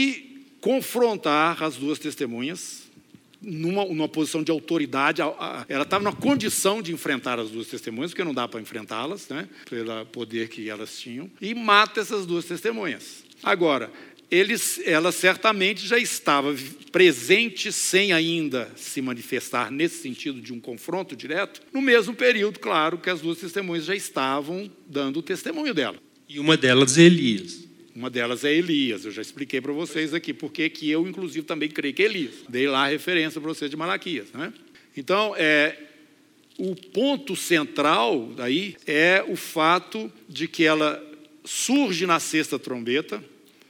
Speaker 1: e confrontar as duas testemunhas numa, numa posição de autoridade. Ela estava na condição de enfrentar as duas testemunhas, porque não dá para enfrentá-las, né, pelo poder que elas tinham, e mata essas duas testemunhas. Agora, eles, ela certamente já estava presente sem ainda se manifestar nesse sentido de um confronto direto, no mesmo período, claro, que as duas testemunhas já estavam dando o testemunho dela.
Speaker 8: E uma delas é Elias.
Speaker 1: Uma delas é Elias, eu já expliquei para vocês aqui, porque que eu, inclusive, também creio que é Elias. Dei lá a referência para vocês de Malaquias. Né? Então, é, o ponto central daí é o fato de que ela surge na sexta trombeta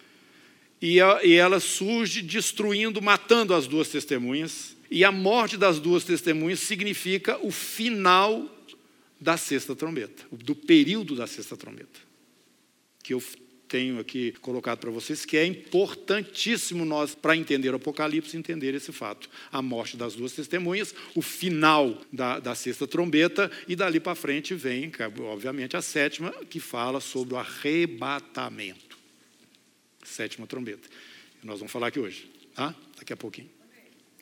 Speaker 1: e, a, e ela surge destruindo, matando as duas testemunhas. E a morte das duas testemunhas significa o final da sexta trombeta, do período da sexta trombeta, que eu tenho aqui colocado para vocês, que é importantíssimo nós, para entender o Apocalipse, entender esse fato. A morte das duas testemunhas, o final da, da sexta trombeta, e dali para frente vem, obviamente, a sétima, que fala sobre o arrebatamento. Sétima trombeta. E nós vamos falar aqui hoje, tá? Daqui a pouquinho.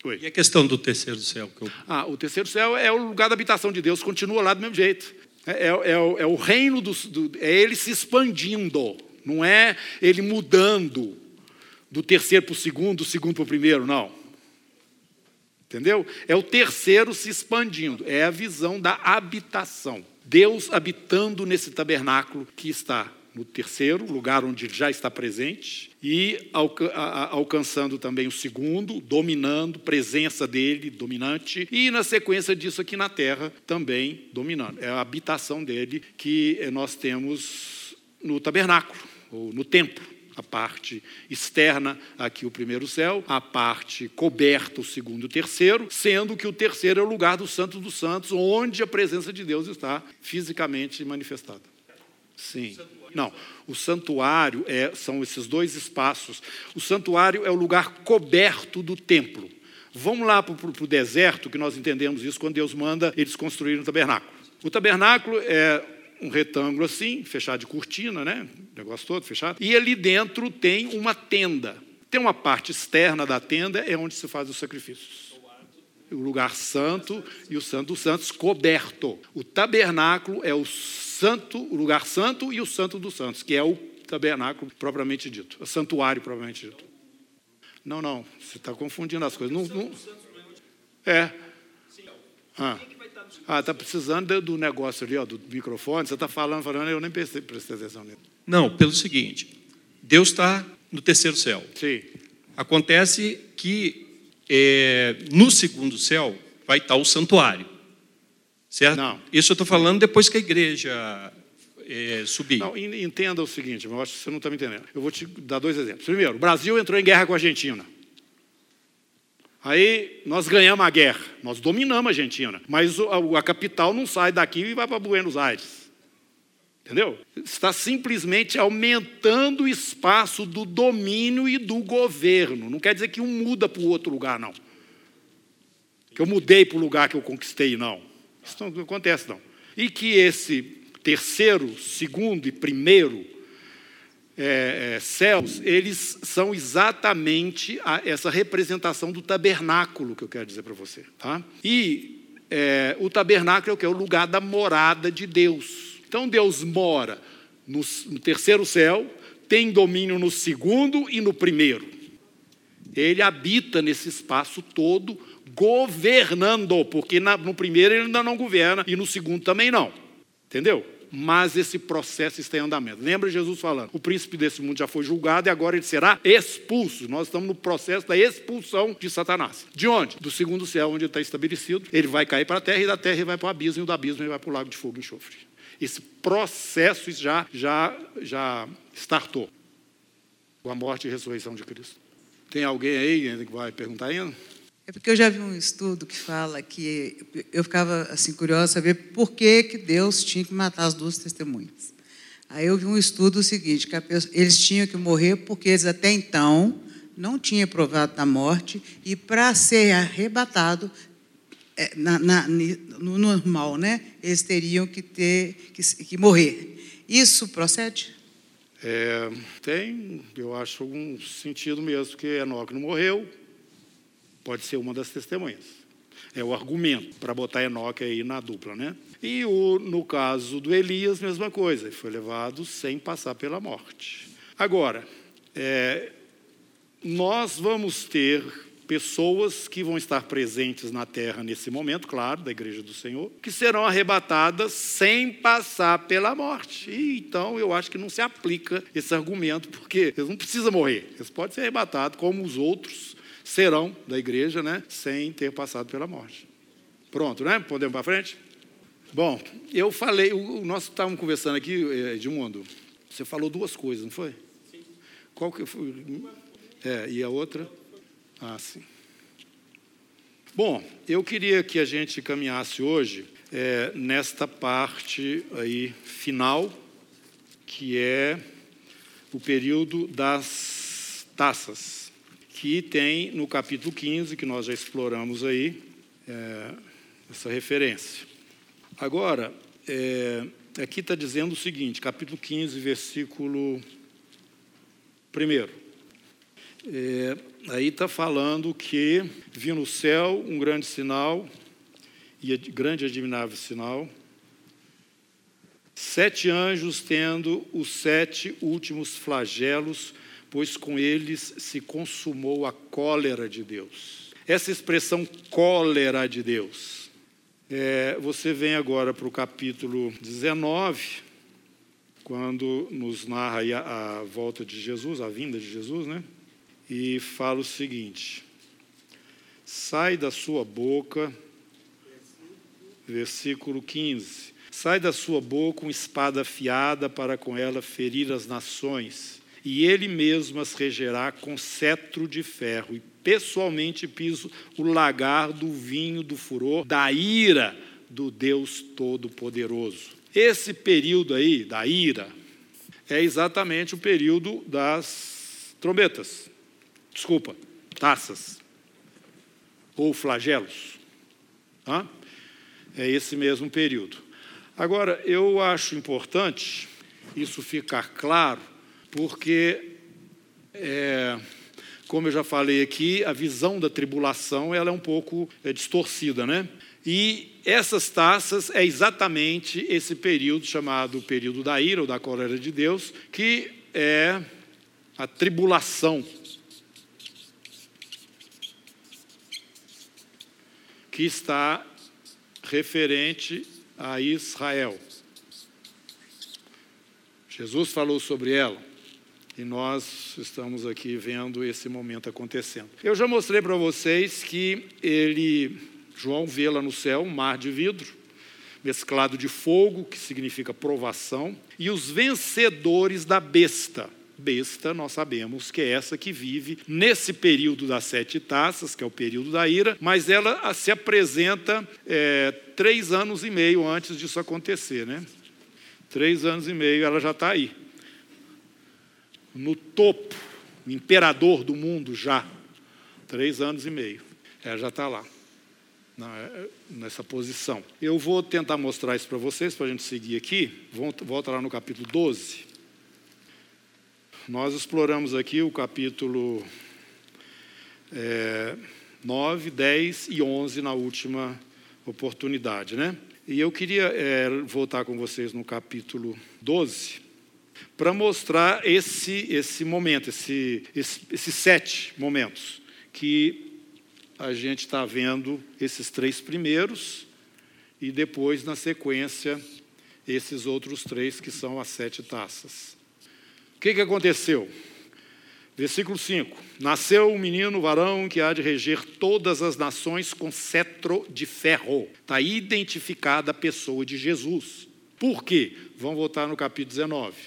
Speaker 1: Oi.
Speaker 8: E a questão do terceiro céu? Que eu...
Speaker 1: Ah, o terceiro céu é o lugar da habitação de Deus, continua lá do mesmo jeito. É, é, é, o, é o reino, do, do, é ele se expandindo, não é ele mudando do terceiro para o segundo, do segundo para o primeiro, não. Entendeu? É o terceiro se expandindo, é a visão da habitação. Deus habitando nesse tabernáculo que está no terceiro, lugar onde ele já está presente, e alca- a- a- alcançando também o segundo, dominando, presença dele, dominante, e na sequência disso aqui na terra, também dominando. É a habitação dele que nós temos no tabernáculo, ou no templo. A parte externa, aqui o primeiro céu, a parte coberta, o segundo e o terceiro, sendo que o terceiro é o lugar do Santo dos Santos, onde a presença de Deus está fisicamente manifestada. Sim. Não, o santuário é, são esses dois espaços. O santuário é o lugar coberto do templo. Vamos lá para o deserto, que nós entendemos isso quando Deus manda eles construírem o tabernáculo. O tabernáculo é um retângulo assim, fechado de cortina, né? O negócio todo fechado. E ali dentro tem uma tenda. Tem uma parte externa da tenda, é onde se faz os sacrifícios. O lugar santo e o santo dos santos coberto. O tabernáculo é o santo, o lugar santo e o santo dos santos, que é o tabernáculo propriamente dito, o santuário propriamente dito. Não, não, você está confundindo as coisas. Não, não... É. Ah. Ah, está precisando do negócio ali, ó, do microfone. Você está falando, falando, eu nem prestei, prestei atenção nele.
Speaker 8: Não, pelo seguinte, Deus está no terceiro céu.
Speaker 1: Sim.
Speaker 8: Acontece que é, no segundo céu vai estar o santuário, certo?
Speaker 1: Não.
Speaker 8: Isso eu estou falando depois que a igreja é, subir.
Speaker 1: Não, entenda o seguinte, eu acho que você não está me entendendo. Eu vou te dar dois exemplos. Primeiro, o Brasil entrou em guerra com a Argentina. Aí nós ganhamos a guerra, nós dominamos a Argentina, mas a, a capital não sai daqui e vai para Buenos Aires. Entendeu? Está simplesmente aumentando o espaço do domínio e do governo. Não quer dizer que um muda para o outro lugar, não. Que eu mudei para o lugar que eu conquistei, não. Isso não acontece, não. E que esse terceiro, segundo e primeiro É, é, céus, eles são exatamente a, essa representação do tabernáculo que eu quero dizer para você. Tá? E é, o tabernáculo é o que? É o lugar da morada de Deus. Então Deus mora no, no terceiro céu, tem domínio no segundo e no primeiro. Ele habita nesse espaço todo, governando, porque na, no primeiro ele ainda não governa e no segundo também não. Entendeu? Mas esse processo está em andamento. Lembra Jesus falando, o príncipe desse mundo já foi julgado e agora ele será expulso. Nós estamos no processo da expulsão de Satanás. De onde? Do segundo céu, onde ele está estabelecido. Ele vai cair para a terra e da terra ele vai para o abismo e do abismo ele vai para o lago de fogo e enxofre. Esse processo já, já, já startou com a morte e ressurreição de Cristo. Tem alguém aí que vai perguntar ainda?
Speaker 9: É porque eu já vi um estudo que fala que eu ficava assim curiosa saber por que, que Deus tinha que matar as duas testemunhas. Aí eu vi um estudo o seguinte, que a pessoa, eles tinham que morrer porque eles até então não tinham provado da morte e para ser arrebatado é, na, na, no normal, né, eles teriam que ter que, que morrer. Isso procede?
Speaker 1: É, tem, eu acho, algum sentido mesmo, porque Enoque não morreu. Pode ser uma das testemunhas. É o argumento para botar Enoque aí na dupla, né? E o, no caso do Elias, mesma coisa. Ele foi levado sem passar pela morte. Agora, é, nós vamos ter pessoas que vão estar presentes na terra nesse momento, claro, da Igreja do Senhor, que serão arrebatadas sem passar pela morte. E, então, eu acho que não se aplica esse argumento, porque eles não precisam morrer. Eles podem ser arrebatados como os outros serão da igreja, né, sem ter passado pela morte. Pronto, né? Podemos para frente? Bom, eu falei, o, nós estávamos conversando aqui, Edmundo, você falou duas coisas, não foi? Sim. Qual que foi? É, e a outra? Ah, sim. Bom, eu queria que a gente caminhasse hoje é, nesta parte aí final, que é o período das taças, que tem no capítulo quinze, que nós já exploramos aí, é, essa referência. Agora, é, aqui está dizendo o seguinte, capítulo quinze, versículo primeiro. É, aí está falando que viu no céu um grande sinal, e grande e admirável sinal, sete anjos tendo os sete últimos flagelos, pois com eles se consumou a cólera de Deus. Essa expressão cólera de Deus, é, você vem agora para o capítulo dezenove, quando nos narra aí a, a volta de Jesus, a vinda de Jesus, né? E fala o seguinte: sai da sua boca, versículo quinze, sai da sua boca uma espada afiada para com ela ferir as nações, e ele mesmo as regerá com cetro de ferro, e pessoalmente piso o lagar do vinho do furor, da ira do Deus Todo-Poderoso. Esse período aí, da ira, é exatamente o período das trombetas. Desculpa, taças. Ou flagelos. Tá? É esse mesmo período. Agora, eu acho importante isso ficar claro, porque, é, como eu já falei aqui, a visão da tribulação ela é um pouco é, distorcida, né? E essas taças é exatamente esse período chamado período da ira, ou da cólera de Deus, que é a tribulação, que está referente a Israel. Jesus falou sobre ela, e nós estamos aqui vendo esse momento acontecendo. Eu já mostrei para vocês que ele, João vê lá no céu um mar de vidro, mesclado de fogo, que significa provação, e os vencedores da besta. Besta, nós sabemos que é essa que vive nesse período das sete taças, que é o período da ira, mas ela se apresenta é, três anos e meio antes disso acontecer, né? Três anos e meio ela já está aí. No topo, o imperador do mundo já. Três anos e meio. Ela já está lá, nessa posição. Eu vou tentar mostrar isso para vocês, para a gente seguir aqui. Volta lá no capítulo doze. Nós exploramos aqui o capítulo é, nove, dez e onze na última oportunidade, né? E eu queria é, voltar com vocês no capítulo doze para mostrar esse, esse momento, esse, esse, esses sete momentos que a gente está vendo, esses três primeiros e depois, na sequência, esses outros três que são as sete taças. O que, que aconteceu? Versículo cinco. Nasceu um menino varão que há de reger todas as nações com cetro de ferro. Está identificada a pessoa de Jesus. Por quê? Vamos voltar no capítulo dezenove.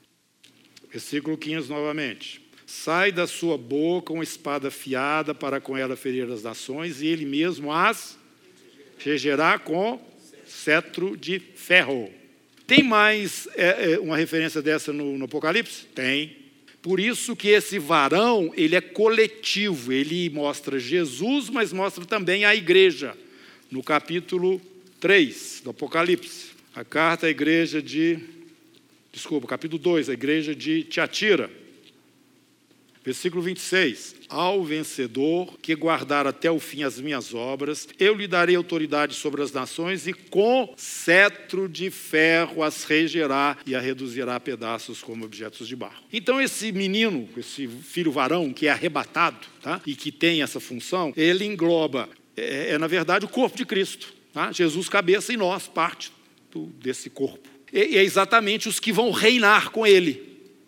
Speaker 1: Versículo quinze novamente. Sai da sua boca uma espada afiada para com ela ferir as nações, e ele mesmo as regerá com cetro de ferro. Tem mais é, uma referência dessa no, no Apocalipse? Tem. Por isso que esse varão, ele é coletivo, ele mostra Jesus, mas mostra também a igreja. No capítulo três do Apocalipse, a carta à igreja de... Desculpa, capítulo dois, a igreja de Tiatira. Versículo vinte e seis. Ao vencedor que guardar até o fim as minhas obras, eu lhe darei autoridade sobre as nações, e com cetro de ferro as regerá e a reduzirá a pedaços como objetos de barro. Então esse menino, esse filho varão que é arrebatado, tá? E que tem essa função, ele engloba, é, é na verdade o corpo de Cristo, tá? Jesus cabeça e nós parte do, desse corpo. E, e é exatamente os que vão reinar com ele.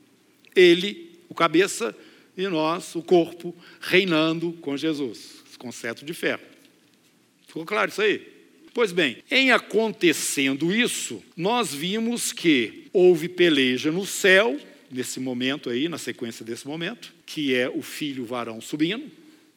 Speaker 1: Ele, o cabeça, e nós, o corpo, reinando com Jesus, com cetro de ferro. Ficou claro isso aí? Pois bem, em acontecendo isso, nós vimos que houve peleja no céu, nesse momento aí, na sequência desse momento, que é o filho varão subindo,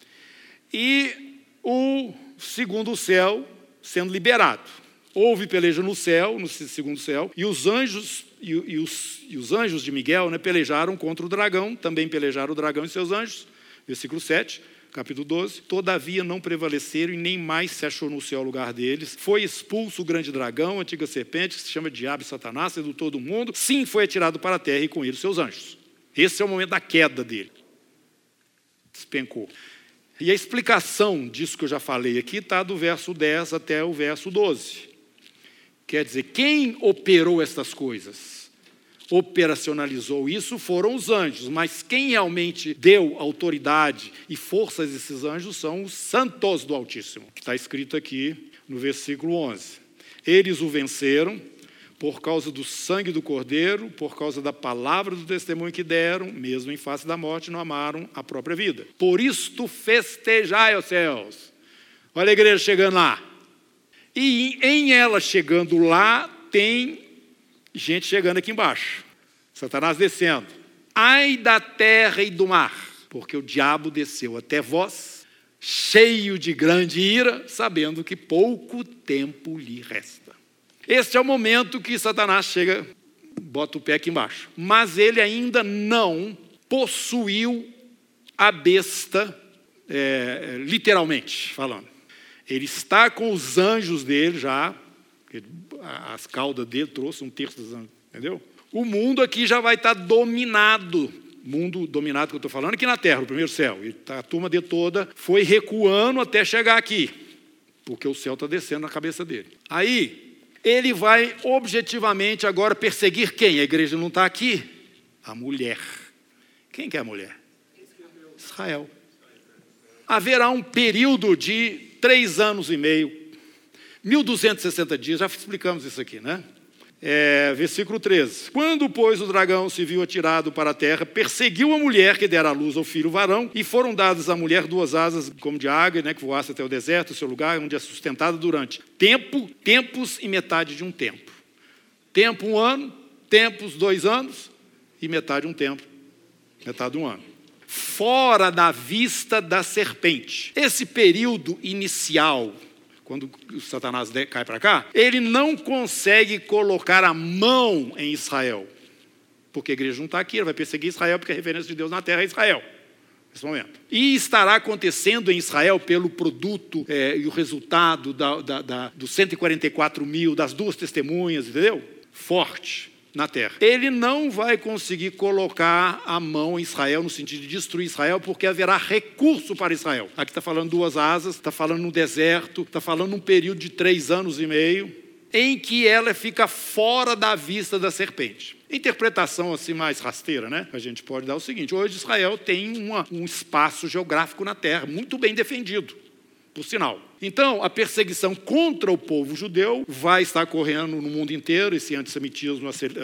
Speaker 1: e o segundo céu sendo liberado. Houve peleja no céu, no segundo céu, e os anjos e, e, os, e os anjos de Miguel, né, pelejaram contra o dragão, também pelejaram o dragão e seus anjos, versículo sete, capítulo doze. Todavia não prevaleceram e nem mais se achou no céu o lugar deles. Foi expulso o grande dragão, a antiga serpente, que se chama Diabo e Satanás, sedutor do mundo. Sim, foi atirado para a terra e com ele seus anjos. Esse é o momento da queda dele. despencou. E a explicação disso que eu já falei aqui está do verso dez até o verso doze. Quer dizer, quem operou estas coisas, operacionalizou isso, foram os anjos, mas quem realmente deu autoridade e forças a esses anjos são os santos do Altíssimo, que está escrito aqui no versículo onze. Eles o venceram por causa do sangue do Cordeiro, por causa da palavra do testemunho que deram, mesmo em face da morte, não amaram a própria vida. Por isto festejai, ó céus. Olha a igreja chegando lá. E em ela chegando lá, tem gente chegando aqui embaixo. Satanás descendo. Ai da terra e do mar, porque o diabo desceu até vós, cheio de grande ira, sabendo que pouco tempo lhe resta. Este é o momento que Satanás chega, bota o pé aqui embaixo. Mas ele ainda não possuiu a besta, é, literalmente falando. Ele está com os anjos dele já, as caudas dele trouxe um terço dos anjos, entendeu? O mundo aqui já vai estar dominado, mundo dominado que eu estou falando, aqui na terra, o primeiro céu. E a turma de toda foi recuando até chegar aqui, porque o céu está descendo na cabeça dele. Aí, ele vai objetivamente agora perseguir quem? A igreja não está aqui? A mulher. Quem que é a mulher? Israel. Haverá um período de três anos e meio, mil duzentos e sessenta dias, já explicamos isso aqui, né? É, versículo treze. Quando, pois, o dragão se viu atirado para a terra, perseguiu a mulher que dera à luz ao filho varão, e foram dadas à mulher duas asas como de águia, né, que voasse até o deserto, o seu lugar, onde é sustentada durante tempo, tempos e metade de um tempo. Tempo, um ano, tempos, dois anos, e metade um tempo, metade um ano. Fora da vista da serpente. Esse período inicial, quando o Satanás cai para cá, ele não consegue colocar a mão em Israel, porque a igreja não está aqui, ele vai perseguir Israel, porque a referência de Deus na terra é Israel, nesse momento. E estará acontecendo em Israel pelo produto é, e o resultado da, da, da, dos cento e quarenta e quatro mil, das duas testemunhas, entendeu? Forte na terra. Ele não vai conseguir colocar a mão em Israel no sentido de destruir Israel, porque haverá recurso para Israel. Aqui está falando duas asas, está falando um deserto, está falando um período de três anos e meio, em que ela fica fora da vista da serpente. Interpretação assim mais rasteira, né? A gente pode dar o seguinte: hoje Israel tem uma, um espaço geográfico na terra, muito bem defendido, por sinal. Então, a perseguição contra o povo judeu vai estar correndo no mundo inteiro, esse antissemitismo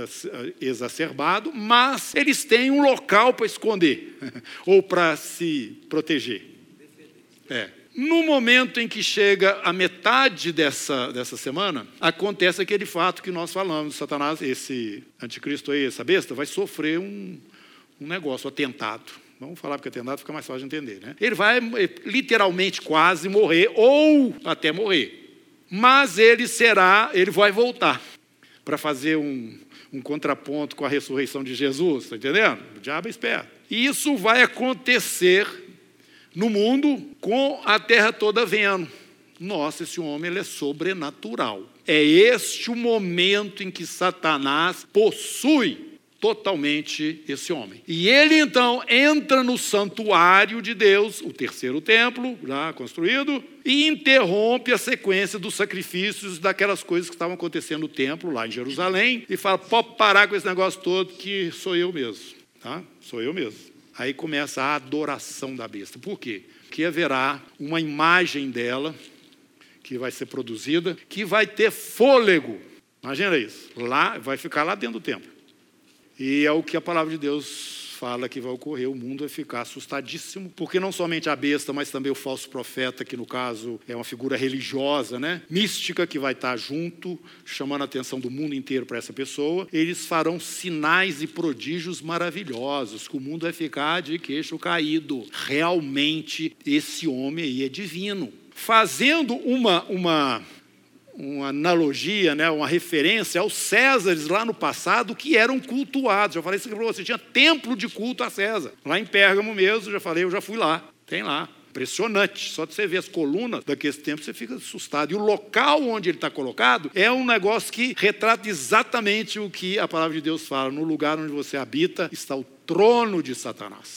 Speaker 1: exacerbado, mas eles têm um local para esconder, ou para se proteger. É. No momento em que chega a metade dessa, dessa semana, acontece aquele fato que nós falamos: Satanás, esse anticristo aí, essa besta, vai sofrer um, um negócio, um atentado. Vamos falar porque atentado fica mais fácil de entender, né? Ele vai literalmente quase morrer, ou até morrer. Mas ele será, ele vai voltar para fazer um, um contraponto com a ressurreição de Jesus, está entendendo? O diabo é esperto. E isso vai acontecer no mundo com a terra toda vendo. Nossa, esse homem ele é sobrenatural. É este o momento em que Satanás possui totalmente esse homem. E ele então entra no santuário de Deus, o terceiro templo, já construído, e interrompe a sequência dos sacrifícios, daquelas coisas que estavam acontecendo no templo, lá em Jerusalém, e fala: pode parar com esse negócio todo, que sou eu mesmo. Tá? Sou eu mesmo. Aí começa a adoração da besta. Por quê? Porque haverá uma imagem dela, que vai ser produzida, que vai ter fôlego. Imagina isso. Lá, vai ficar lá dentro do templo. E é o que a palavra de Deus fala que vai ocorrer. O mundo vai ficar assustadíssimo, porque não somente a besta, mas também o falso profeta, que no caso é uma figura religiosa, né? Mística, que vai estar junto, chamando a atenção do mundo inteiro para essa pessoa. Eles farão sinais e prodígios maravilhosos, que o mundo vai ficar de queixo caído. Realmente, esse homem aí é divino. Fazendo uma... uma uma analogia, né, uma referência aos Césares lá no passado, que eram cultuados. Já falei isso aqui para você, tinha templo de culto a César. Lá em Pérgamo mesmo, já falei, eu já fui lá. Tem lá. Impressionante. Só de você ver as colunas daquele tempo, você fica assustado. E o local onde ele está colocado é um negócio que retrata exatamente o que a palavra de Deus fala. No lugar onde você habita está o trono de Satanás.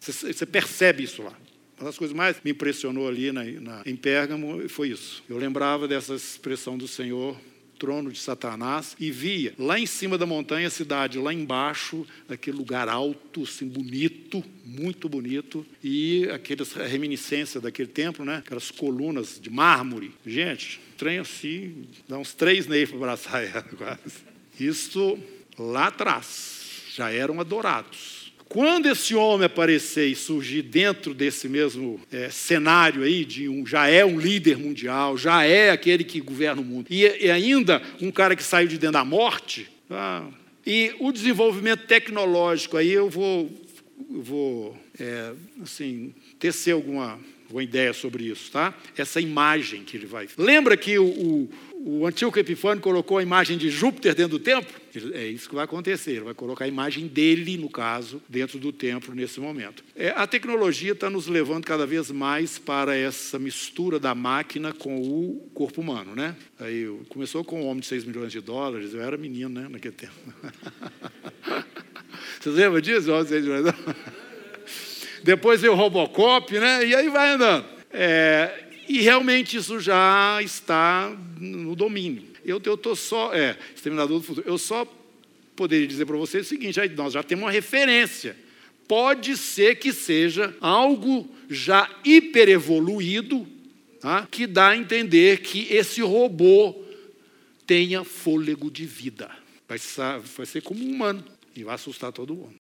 Speaker 1: Você, você percebe isso lá. Uma das coisas mais me impressionou ali na, na, em Pérgamo foi isso. Eu lembrava dessa expressão do Senhor, trono de Satanás, e via lá em cima da montanha a cidade, lá embaixo, aquele lugar alto, assim, bonito, muito bonito, e aquelas reminiscências daquele templo, né? Aquelas colunas de mármore. Gente, trem assim, dá uns três neis para abraçar ela quase. Isso lá atrás, já eram adorados. Quando esse homem aparecer e surgir dentro desse mesmo é, cenário aí, de um, já é um líder mundial, já é aquele que governa o mundo, e, e ainda um cara que saiu de dentro da morte, ah, e o desenvolvimento tecnológico, aí eu vou, eu vou é, assim, tecer alguma, alguma ideia sobre isso, tá? Essa imagem que ele vai... Lembra que o, o, o Antíoco Epifânio colocou a imagem de Júpiter dentro do templo? É isso que vai acontecer, ele vai colocar a imagem dele, no caso, dentro do templo nesse momento. É, a tecnologia está nos levando cada vez mais para essa mistura da máquina com o corpo humano, né? Aí começou com um homem de seis milhões de dólares, eu era menino, né, naquele tempo. Vocês lembram disso? O homem de seis milhões de dólares? Depois veio o Robocop, né? E aí vai andando. É, e realmente isso já está no domínio. Eu estou só, é, Exterminador do Futuro, eu só poderia dizer para vocês o seguinte, aí nós já temos uma referência. Pode ser que seja algo já hiperevoluído, tá? Que dá a entender que esse robô tenha fôlego de vida. Vai ser, vai ser como um humano e vai assustar todo mundo.